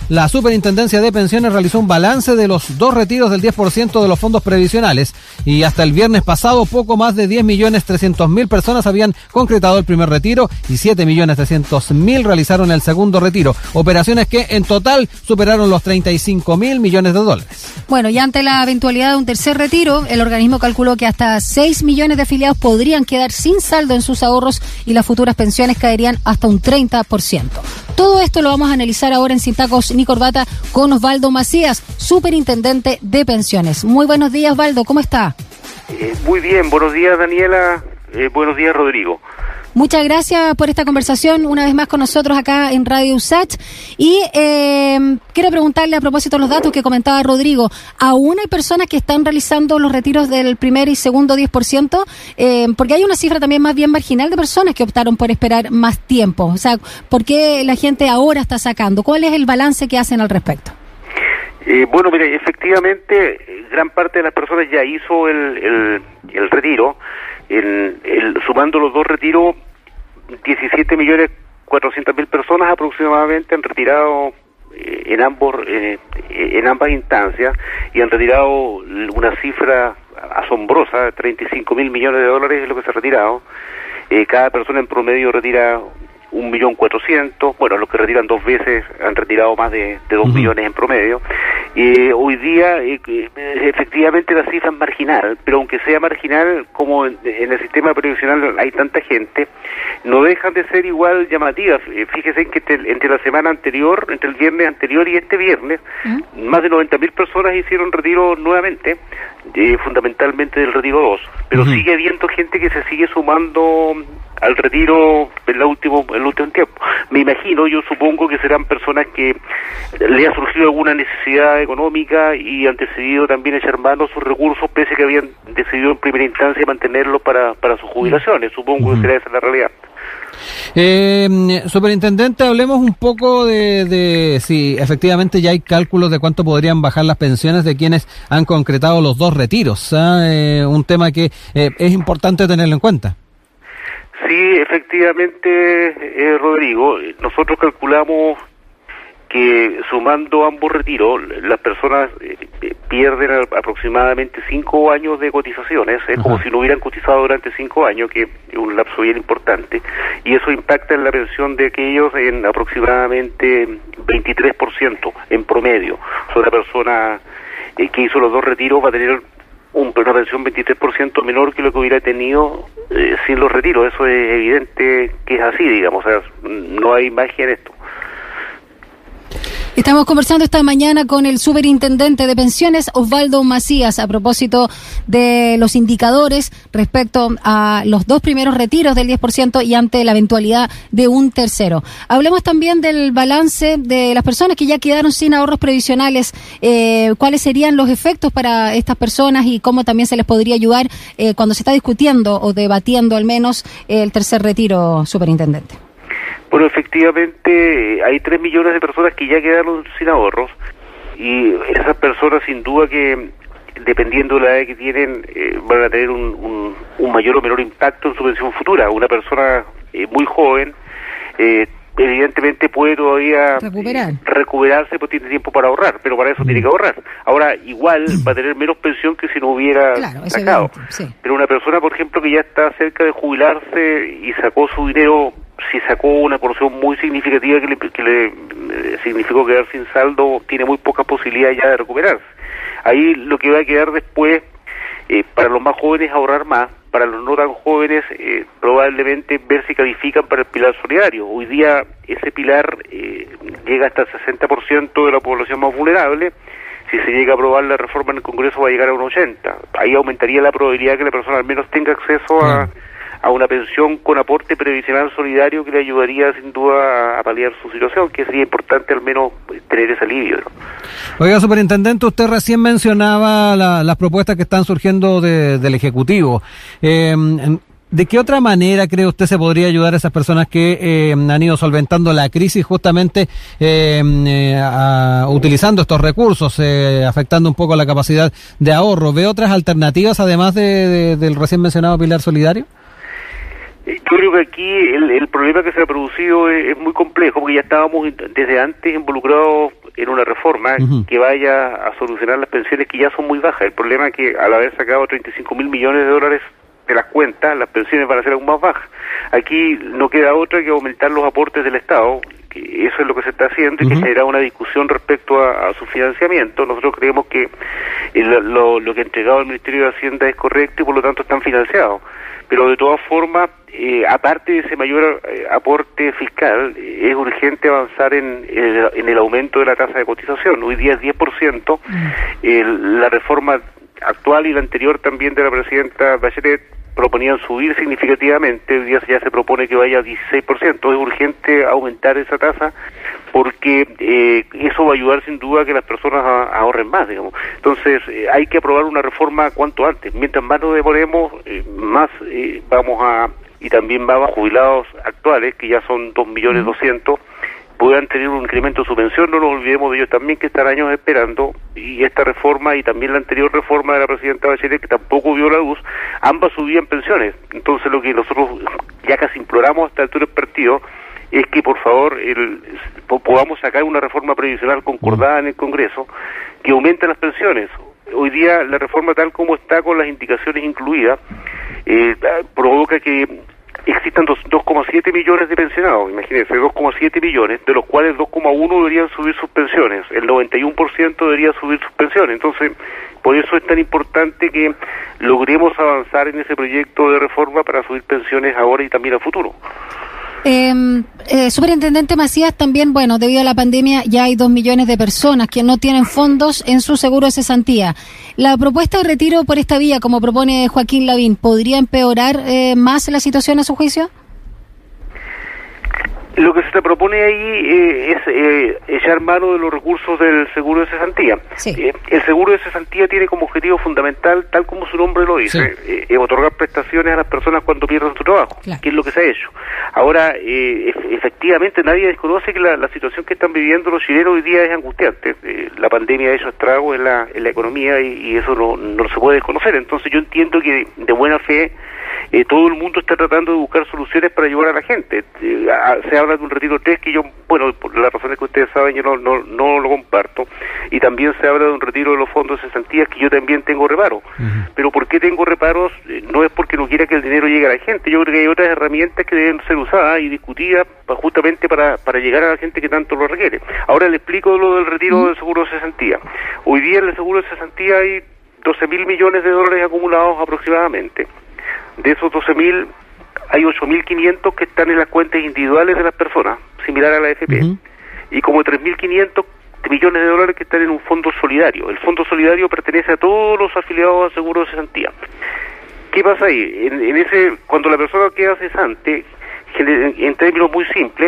la Superintendencia de Pensiones realizó un balance de los 2 retiros del 10% de los fondos previsionales y hasta el viernes pasado poco más de 10.300.000 personas habían concretado el primer retiro y 7.300.000 realizaron el segundo retiro. Operaciones que en total superaron los 35.000 millones de dólares. Bueno, y ante la eventualidad de un tercer retiro, el organismo calculó que hasta 6 millones de afiliados podrían quedar sin saldo en sus ahorros y las futuras pensiones caerían hasta un 30%. Todo esto lo vamos a analizar ahora en Sin Tacos ni Corbata con Osvaldo Macías, Superintendente de Pensiones. Muy buenos días, Osvaldo, ¿cómo está? Muy bien, buenos días, Daniela, buenos días, Rodrigo. Muchas gracias por esta conversación una vez más con nosotros acá en Radio USACH. Y quiero preguntarle a propósito de los datos que comentaba Rodrigo, ¿aún hay personas que están realizando los retiros del primer y segundo 10%? Porque hay una cifra también más bien marginal de personas que optaron por esperar más tiempo. O sea, ¿por qué la gente ahora está sacando? ¿Cuál es el balance que hacen al respecto? Bueno, mire, efectivamente, gran parte de las personas ya hizo el retiro. Sumando los 2 retiros, 17.400.000 personas aproximadamente han retirado en ambas instancias y han retirado una cifra asombrosa, 35.000 millones de dólares es lo que se ha retirado. Cada persona en promedio retira 1.400.000, bueno, los que retiran 2 veces han retirado más de 2 millones en promedio. Hoy día, efectivamente, la cifra es marginal, pero aunque sea marginal, como en el sistema previsional hay tanta gente, no dejan de ser igual llamativas. Fíjense que entre la semana anterior, entre el viernes anterior y este viernes, más de 90.000 personas hicieron retiro nuevamente, fundamentalmente del retiro 2, pero sigue habiendo gente que se sigue sumando al retiro en el último tiempo. Me imagino, yo supongo que serán personas que le ha surgido alguna necesidad económica y han decidido también echar mano a sus recursos, pese a que habían decidido en primera instancia mantenerlos para sus jubilaciones. Supongo que será esa la realidad. Superintendente, hablemos un poco de si efectivamente ya hay cálculos de cuánto podrían bajar las pensiones de quienes han concretado los 2 retiros. Un tema que es importante tenerlo en cuenta. Sí, efectivamente, Rodrigo, nosotros calculamos que sumando ambos retiros, las personas pierden aproximadamente 5 años de cotizaciones, como si no hubieran cotizado durante 5 años, que es un lapso bien importante, y eso impacta en la pensión de aquellos en aproximadamente 23% en promedio. O sea, una persona que hizo los 2 retiros va a tener una pensión 23% menor que lo que hubiera tenido sin los retiros. Eso es evidente que es así, digamos, o sea, no hay magia en esto. Estamos conversando esta mañana con el Superintendente de Pensiones, Osvaldo Macías, a propósito de los indicadores respecto a los 2 primeros retiros del 10% y ante la eventualidad de un tercero. Hablemos también del balance de las personas que ya quedaron sin ahorros previsionales. ¿Cuáles serían los efectos para estas personas y cómo también se les podría ayudar cuando se está discutiendo o debatiendo al menos el tercer retiro, Superintendente? Bueno, efectivamente hay 3 millones de personas que ya quedaron sin ahorros y esas personas sin duda que, dependiendo de la edad que tienen, van a tener un mayor o menor impacto en su pensión futura. Una persona muy joven evidentemente puede todavía recuperarse, pues tiene tiempo para ahorrar, pero para eso tiene que ahorrar. Ahora, igual va a tener menos pensión que si no hubiera sacado. Pero una persona, por ejemplo, que ya está cerca de jubilarse y sacó su dinero, si sacó una porción muy significativa que le significó quedar sin saldo, tiene muy pocas posibilidades ya de recuperarse. Ahí lo que va a quedar después, para los más jóvenes, ahorrar más. Para los no tan jóvenes, probablemente ver si califican para el pilar solidario. Hoy día ese pilar llega hasta el 60% de la población más vulnerable. Si se llega a aprobar la reforma en el Congreso va a llegar a un 80%. Ahí aumentaría la probabilidad de que la persona al menos tenga acceso a una pensión con aporte previsional solidario que le ayudaría sin duda a paliar su situación, que sería importante al menos tener ese alivio, ¿no? Oiga, Superintendente, usted recién mencionaba las propuestas que están surgiendo del Ejecutivo. ¿De qué otra manera cree usted se podría ayudar a esas personas que han ido solventando la crisis justamente utilizando estos recursos, afectando un poco la capacidad de ahorro? ¿Ve otras alternativas además del recién mencionado pilar solidario? Yo Yo creo que aquí el problema que se ha producido es muy complejo, porque ya estábamos desde antes involucrados en una reforma que vaya a solucionar las pensiones que ya son muy bajas. El problema es que al haber sacado 35.000 millones de dólares de las cuentas, las pensiones van a ser aún más bajas. Aquí no queda otra que aumentar los aportes del Estado, que eso es lo que se está haciendo y que genera una discusión respecto a su financiamiento. Nosotros creemos que lo que ha entregado el Ministerio de Hacienda es correcto y por lo tanto están financiados. Pero de todas formas, aparte de ese mayor aporte fiscal, es urgente avanzar en el aumento de la tasa de cotización. Hoy día es 10%, la reforma actual y la anterior también de la presidenta Bachelet proponían subir significativamente, hoy día ya se propone que vaya a 16%, es urgente aumentar esa tasa porque eso va a ayudar sin duda a que las personas ahorren más, digamos. Entonces hay que aprobar una reforma cuanto antes, mientras más nos demoremos, más vamos a, y también vamos a jubilados actuales, que ya son 2.200.000, puedan tener un incremento de su pensión. No nos olvidemos de ellos también, que están años esperando, y esta reforma y también la anterior reforma de la presidenta Bachelet, que tampoco vio la luz, ambas subían pensiones. Entonces lo que nosotros ya casi imploramos hasta el altura del partido es que por favor podamos sacar una reforma previsional concordada en el Congreso que aumente las pensiones. Hoy día la reforma tal como está, con las indicaciones incluidas, provoca que existan 2,7 millones de pensionados, imagínense, 2,7 millones, de los cuales 2,1 deberían subir sus pensiones, el 91% debería subir sus pensiones. Entonces, por eso es tan importante que logremos avanzar en ese proyecto de reforma para subir pensiones ahora y también a futuro. Superintendente Macías, también, bueno, debido a la pandemia ya hay 2 millones de personas que no tienen fondos en su seguro de cesantía. ¿La propuesta de retiro por esta vía, como propone Joaquín Lavín, podría empeorar más la situación a su juicio? Lo que se propone ahí es echar mano de los recursos del seguro de cesantía. Sí. El seguro de cesantía tiene como objetivo fundamental, tal como su nombre lo dice, otorgar prestaciones a las personas cuando pierdan su trabajo, claro, que es lo que se ha hecho. Ahora, efectivamente, nadie desconoce que la situación que están viviendo los chilenos hoy día es angustiante. La pandemia ha hecho estragos en la economía y eso no se puede desconocer. Entonces yo entiendo que de buena fe todo el mundo está tratando de buscar soluciones para ayudar a la gente. Se habla de un retiro 3 que yo, bueno, por las razones que ustedes saben, yo no lo comparto, y también se habla de un retiro de los fondos de cesantías que yo también tengo reparo. Pero ¿por qué tengo reparos? No es porque no quiera que el dinero llegue a la gente. Yo creo que hay otras herramientas que deben ser usadas y discutidas justamente para llegar a la gente que tanto lo requiere. Ahora le explico lo del retiro del seguro de cesantía. Hoy día en el seguro de cesantía hay 12.000 millones de dólares acumulados aproximadamente. De esos 12.000, hay 8.500 que están en las cuentas individuales de las personas, similar a la AFP, y como 3.500 millones de dólares que están en un fondo solidario. El fondo solidario pertenece a todos los afiliados al seguro de cesantía. ¿Qué pasa ahí? En ese, cuando la persona queda cesante, en términos muy simples,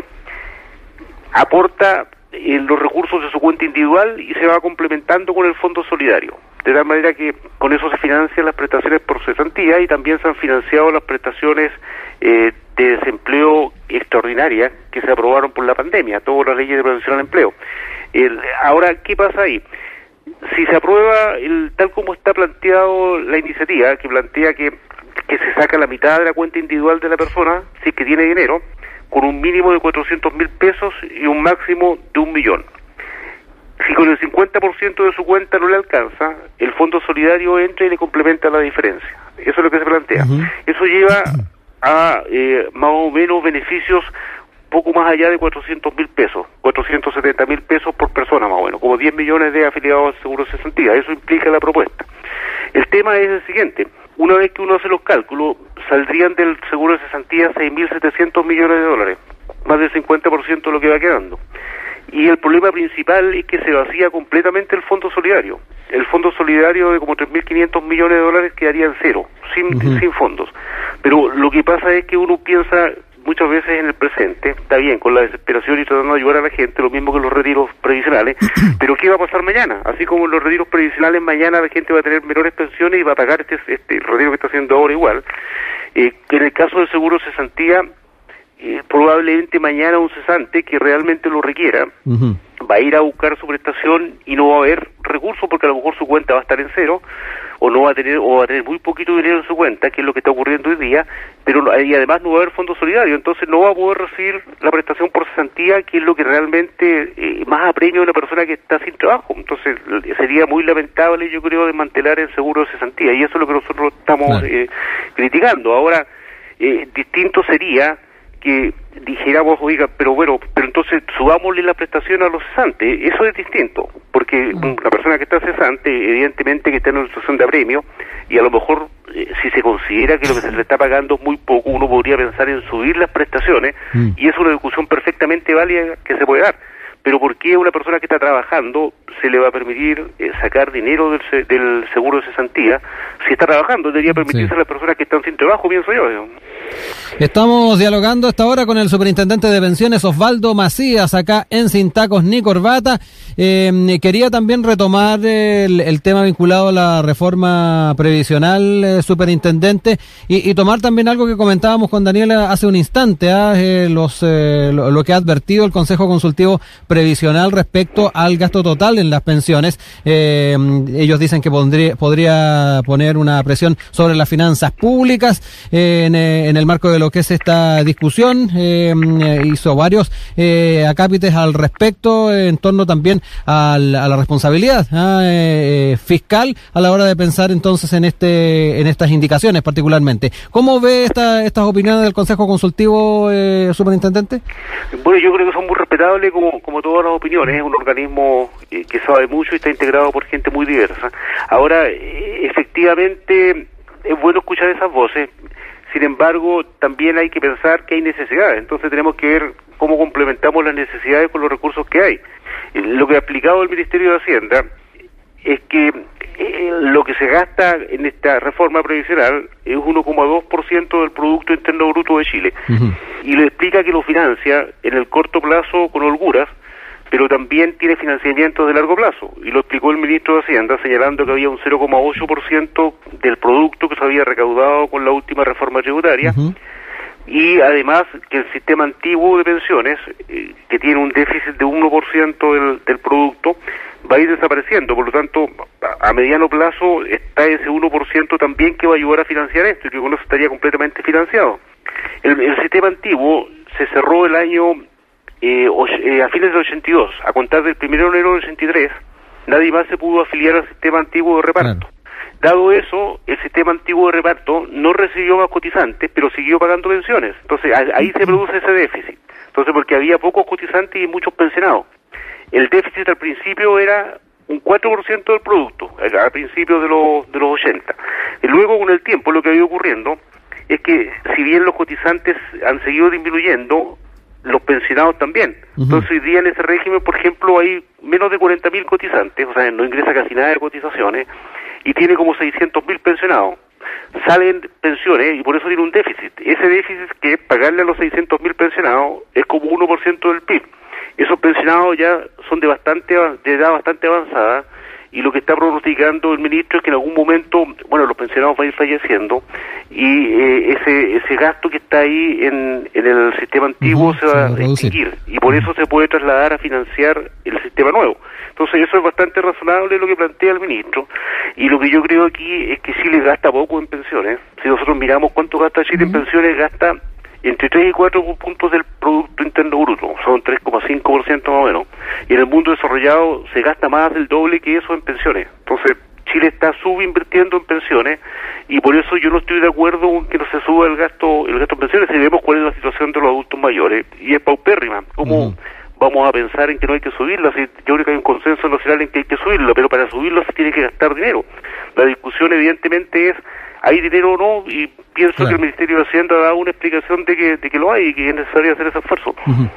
aporta los recursos de su cuenta individual y se va complementando con el fondo solidario, de tal manera que con eso se financian las prestaciones por cesantía y también se han financiado las prestaciones de desempleo extraordinarias que se aprobaron por la pandemia, todas las leyes de protección al empleo. Ahora, ¿qué pasa ahí? Si se aprueba tal como está planteado la iniciativa, que plantea que se saca la mitad de la cuenta individual de la persona, si es que tiene dinero, con un mínimo de 400.000 pesos y un máximo de 1 millón. Si con el 50% de su cuenta no le alcanza, el fondo solidario entra y le complementa la diferencia. Eso es lo que se plantea. Eso lleva a más o menos beneficios poco más allá de 400.000 pesos, 470.000 pesos por persona más o menos, como 10 millones de afiliados al seguro de cesantía. Eso implica la propuesta. El tema es el siguiente: una vez que uno hace los cálculos, saldrían del seguro de cesantía 6.700 millones de dólares, más del 50% de lo que va quedando. Y el problema principal es que se vacía completamente el fondo solidario. El fondo solidario de como 3.500 millones de dólares quedaría en cero, sin fondos. Pero lo que pasa es que uno piensa muchas veces en el presente, está bien, con la desesperación y tratando de ayudar a la gente, lo mismo que los retiros previsionales, pero ¿qué va a pasar mañana? Así como en los retiros previsionales, mañana la gente va a tener menores pensiones y va a pagar el retiro que está haciendo ahora igual. En el caso del seguro cesantía, probablemente mañana un cesante que realmente lo requiera va a ir a buscar su prestación y no va a haber recursos porque a lo mejor su cuenta va a estar en cero, o no va a tener, o va a tener muy poquito dinero en su cuenta, que es lo que está ocurriendo hoy día, pero y además no va a haber fondo solidario, entonces no va a poder recibir la prestación por cesantía, que es lo que realmente más apremia a una persona que está sin trabajo. Entonces sería muy lamentable, yo creo, desmantelar el seguro de cesantía, y eso es lo que nosotros estamos criticando. Ahora, distinto sería que dijéramos, oiga, pero entonces subámosle la prestación a los cesantes. Eso es distinto, porque una persona que está cesante, evidentemente que está en una situación de apremio, y a lo mejor si se considera que lo que se le está pagando es muy poco, uno podría pensar en subir las prestaciones, y es una discusión perfectamente válida que se puede dar. Pero ¿por qué a una persona que está trabajando se le va a permitir sacar dinero del seguro de cesantía? Si está trabajando, debería permitirse a las personas que están sin trabajo, pienso yo. Estamos dialogando hasta ahora con el superintendente de pensiones, Osvaldo Macías, acá en Sin Tacos ni Corbata. Quería también retomar el tema vinculado a la reforma previsional, superintendente, y tomar también algo que comentábamos con Daniela hace un instante, lo que ha advertido el Consejo Consultivo Previsional respecto al gasto total en las pensiones. Ellos dicen que podría poner una presión sobre las finanzas públicas en el marco de lo que es esta discusión. Hizo varios acápites al respecto en torno también a la responsabilidad fiscal a la hora de pensar entonces en estas indicaciones particularmente. ¿Cómo ve estas opiniones del Consejo Consultivo, superintendente? Bueno, yo creo que son muy respetables como todas las opiniones. Es un organismo que sabe mucho y está integrado por gente muy diversa. Ahora, efectivamente, es bueno escuchar esas voces. Sin embargo, también hay que pensar que hay necesidades. Entonces tenemos que ver cómo complementamos las necesidades con los recursos que hay. Lo que ha explicado el Ministerio de Hacienda es que lo que se gasta en esta reforma previsional es 1,2% del Producto Interno Bruto de Chile. Y le explica que lo financia en el corto plazo con holguras, pero también tiene financiamiento de largo plazo. Y lo explicó el ministro de Hacienda, señalando que había un 0,8% del producto que se había recaudado con la última reforma tributaria, y además que el sistema antiguo de pensiones, que tiene un déficit de 1% del producto, va a ir desapareciendo. Por lo tanto, a mediano plazo está ese 1% también que va a ayudar a financiar esto, y que con eso estaría completamente financiado. El sistema antiguo se cerró el año a fines del 82, a contar del 1 de enero del 83, nadie más se pudo afiliar al sistema antiguo de reparto. Claro. Dado eso, el sistema antiguo de reparto no recibió más cotizantes, pero siguió pagando pensiones. Entonces, ahí se produce ese déficit. Entonces, porque había pocos cotizantes y muchos pensionados. El déficit al principio era un 4% del producto, al principio de los 80. Y luego, con el tiempo, lo que ha ido ocurriendo es que, si bien los cotizantes han seguido disminuyendo, los pensionados también. Entonces hoy día en ese régimen, por ejemplo, hay menos de 40.000 cotizantes, o sea, no ingresa casi nada de cotizaciones, y tiene como 600.000 pensionados. Salen pensiones y por eso tiene un déficit. Ese déficit, que es pagarle a los 600.000 pensionados, es como 1% del PIB. Esos pensionados ya son de edad bastante avanzada, y lo que está pronosticando el ministro es que en algún momento, los pensionados van a ir falleciendo, y ese gasto que está ahí en el sistema antiguo se va a extinguir, y por eso se puede trasladar a financiar el sistema nuevo. Entonces eso es bastante razonable lo que plantea el ministro, y lo que yo creo aquí es que Chile gasta poco en pensiones. Si nosotros miramos cuánto gasta Chile en pensiones, gasta entre 3 y 4 puntos del Producto Interno Bruto, son 3,5% más o menos, y en el mundo desarrollado se gasta más del doble que eso en pensiones. Entonces Chile está subinvirtiendo en pensiones, y por eso yo no estoy de acuerdo con que no se suba el gasto en pensiones. Si vemos cuál es la situación de los adultos mayores, y es paupérrima, ¿cómo vamos a pensar en que no hay que subirla? Yo creo que hay un consenso nacional en que hay que subirla, pero para subirla se tiene que gastar dinero. La discusión evidentemente es, ¿hay dinero o no? Y pienso que el Ministerio de Hacienda ha dado una explicación de que lo hay y que es necesario hacer ese esfuerzo.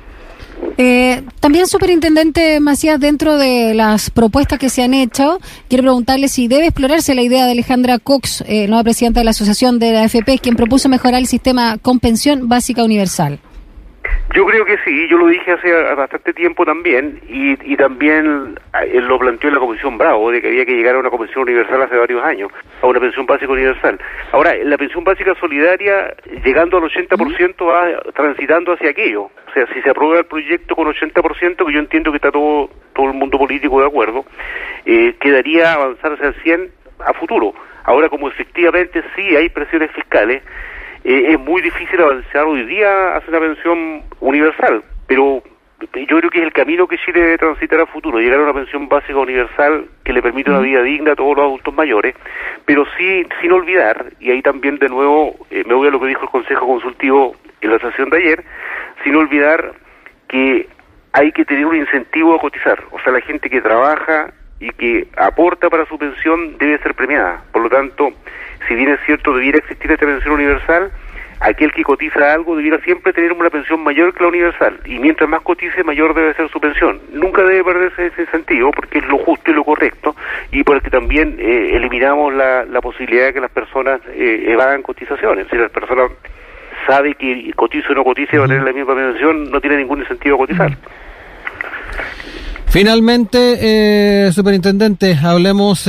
También, superintendente Macías, dentro de las propuestas que se han hecho, quiero preguntarle si debe explorarse la idea de Alejandra Cox, nueva presidenta de la Asociación de la AFP, quien propuso mejorar el sistema con pensión básica universal. Yo creo que sí, yo lo dije hace bastante tiempo también, y también lo planteó en la Comisión Bravo, de que había que llegar a una pensión universal hace varios años, a una pensión básica universal. Ahora, la pensión básica solidaria, llegando al 80%, va transitando hacia aquello. O sea, si se aprueba el proyecto con 80%, que yo entiendo que está todo el mundo político de acuerdo, quedaría avanzar hacia el 100% a futuro. Ahora, como efectivamente sí hay presiones fiscales, es muy difícil avanzar hoy día hacia una pensión universal, pero yo creo que es el camino que Chile debe transitar a futuro, llegar a una pensión básica universal que le permita una vida digna a todos los adultos mayores, pero sí, sin olvidar, y ahí también de nuevo me voy a lo que dijo el Consejo Consultivo en la sesión de ayer, sin olvidar que hay que tener un incentivo a cotizar, o sea, la gente que trabaja y que aporta para su pensión debe ser premiada. Por lo tanto, si bien es cierto debiera existir esta pensión universal, aquel que cotiza algo debiera siempre tener una pensión mayor que la universal, y mientras más cotice, mayor debe ser su pensión. Nunca debe perderse ese incentivo, porque es lo justo y lo correcto, y porque también eliminamos la posibilidad de que las personas evadan cotizaciones. Si la persona sabe que cotice o no cotice va a tener la misma pensión, no tiene ningún incentivo a cotizar. Finalmente, superintendente, hablemos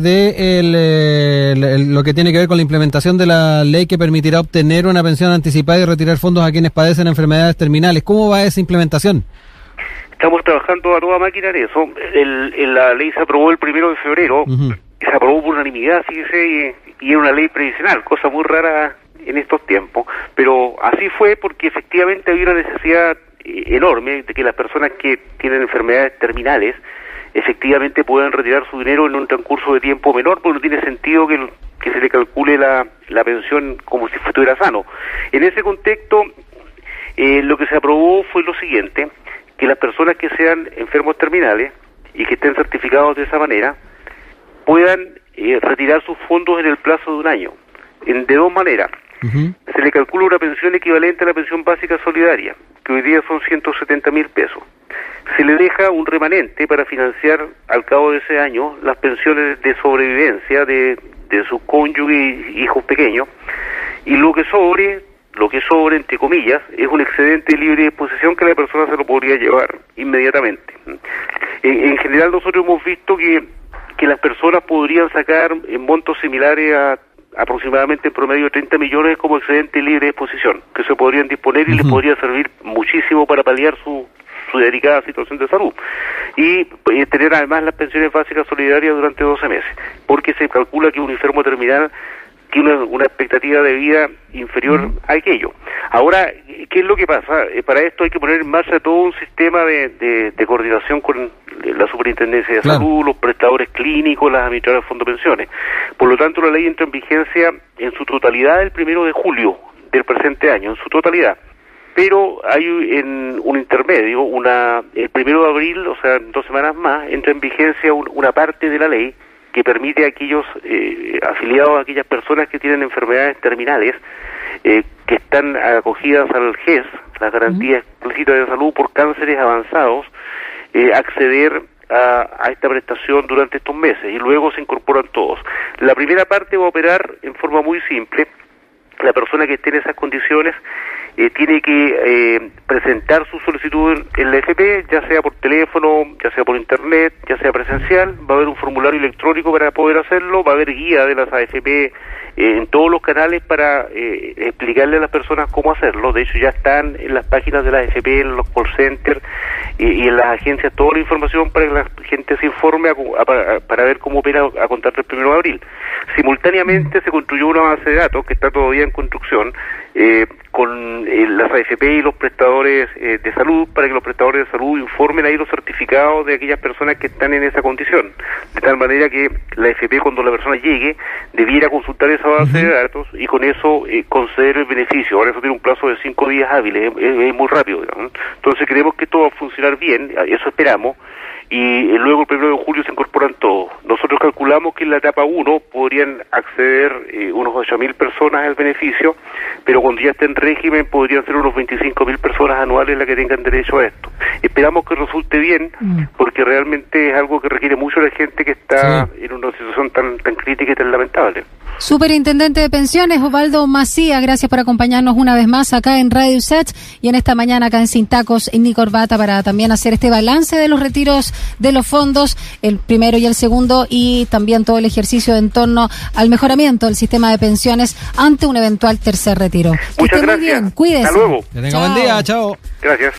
de lo que tiene que ver con la implementación de la ley que permitirá obtener una pensión anticipada y retirar fondos a quienes padecen enfermedades terminales. ¿Cómo va esa implementación? Estamos trabajando a toda máquina en eso. La ley se aprobó el 1 de febrero, se aprobó por unanimidad, fíjese, y es una ley previsional, cosa muy rara en estos tiempos, pero así fue porque efectivamente había una necesidad enorme de que las personas que tienen enfermedades terminales efectivamente puedan retirar su dinero en un transcurso de tiempo menor, porque no tiene sentido que se le calcule la pensión como si estuviera sano. En ese contexto, lo que se aprobó fue lo siguiente, que las personas que sean enfermos terminales y que estén certificados de esa manera puedan retirar sus fondos en el plazo de un año, de dos maneras. Se le calcula una pensión equivalente a la pensión básica solidaria, que hoy día son 170.000 pesos. Se le deja un remanente para financiar al cabo de ese año las pensiones de sobrevivencia de sus cónyuges y hijos pequeños, y lo que sobre entre comillas es un excedente de libre disposición que la persona se lo podría llevar inmediatamente. En general nosotros hemos visto que las personas podrían sacar en montos similares a aproximadamente en promedio 30 millones como excedente libre de disposición, que se podrían disponer y les podría servir muchísimo para paliar su delicada situación de salud. Y tener además las pensiones básicas solidarias durante 12 meses, porque se calcula que un enfermo terminal tiene una expectativa de vida inferior a aquello. Ahora, ¿qué es lo que pasa? Para esto hay que poner en marcha todo un sistema de coordinación con la Superintendencia de Salud, los prestadores clínicos, las administradoras de fondos de pensiones. Por lo tanto, la ley entra en vigencia en su totalidad el 1 de julio del presente año, en su totalidad. Pero hay en un intermedio, el 1 de abril, o sea, en 2 semanas más, entra en vigencia una parte de la ley que permite a aquellos afiliados a aquellas personas que tienen enfermedades terminales, que están acogidas al GES, la garantía explícita de salud por cánceres avanzados, acceder a esta prestación durante estos meses, y luego se incorporan todos. La primera parte va a operar en forma muy simple. La persona que esté en esas condiciones tiene que presentar su solicitud en la AFP, ya sea por teléfono, ya sea por internet, ya sea presencial. Va a haber un formulario electrónico para poder hacerlo, va a haber guía de las AFP en todos los canales para explicarle a las personas cómo hacerlo. De hecho, ya están en las páginas de las AFP, en los call centers y en las agencias toda la información para que la gente se informe para ver cómo opera a contar del 1 de abril. Simultáneamente se construyó una base de datos que está todavía en construcción con las AFP y los prestadores de salud, para que los prestadores de salud informen ahí los certificados de aquellas personas que están en esa condición, de tal manera que la AFP, cuando la persona llegue, debiera consultar esa base de datos y con eso conceder el beneficio. Ahora eso tiene un plazo de 5 días hábiles, es muy rápido, digamos. Entonces creemos que esto va a funcionar bien, eso esperamos, y luego el 1 de julio se incorporan todos. Nosotros calculamos que en la etapa 1 podrían acceder unos 8.000 personas al beneficio, pero cuando ya esté en régimen podrían ser unos 25.000 personas anuales las que tengan derecho a esto. Esperamos que resulte bien, porque realmente es algo que requiere mucho a la gente que está en una situación tan crítica y tan lamentable. Superintendente de Pensiones, Osvaldo Macías, gracias por acompañarnos una vez más acá en Radio Sach y en esta mañana acá en Sin Tacos, en Corbata, para también hacer este balance de los retiros de los fondos, el primero y el segundo, y también todo el ejercicio en torno al mejoramiento del sistema de pensiones ante un eventual tercer retiro. Muchas gracias. Muy bien, cuídese. Hasta luego. Que tenga buen día, chao. Gracias.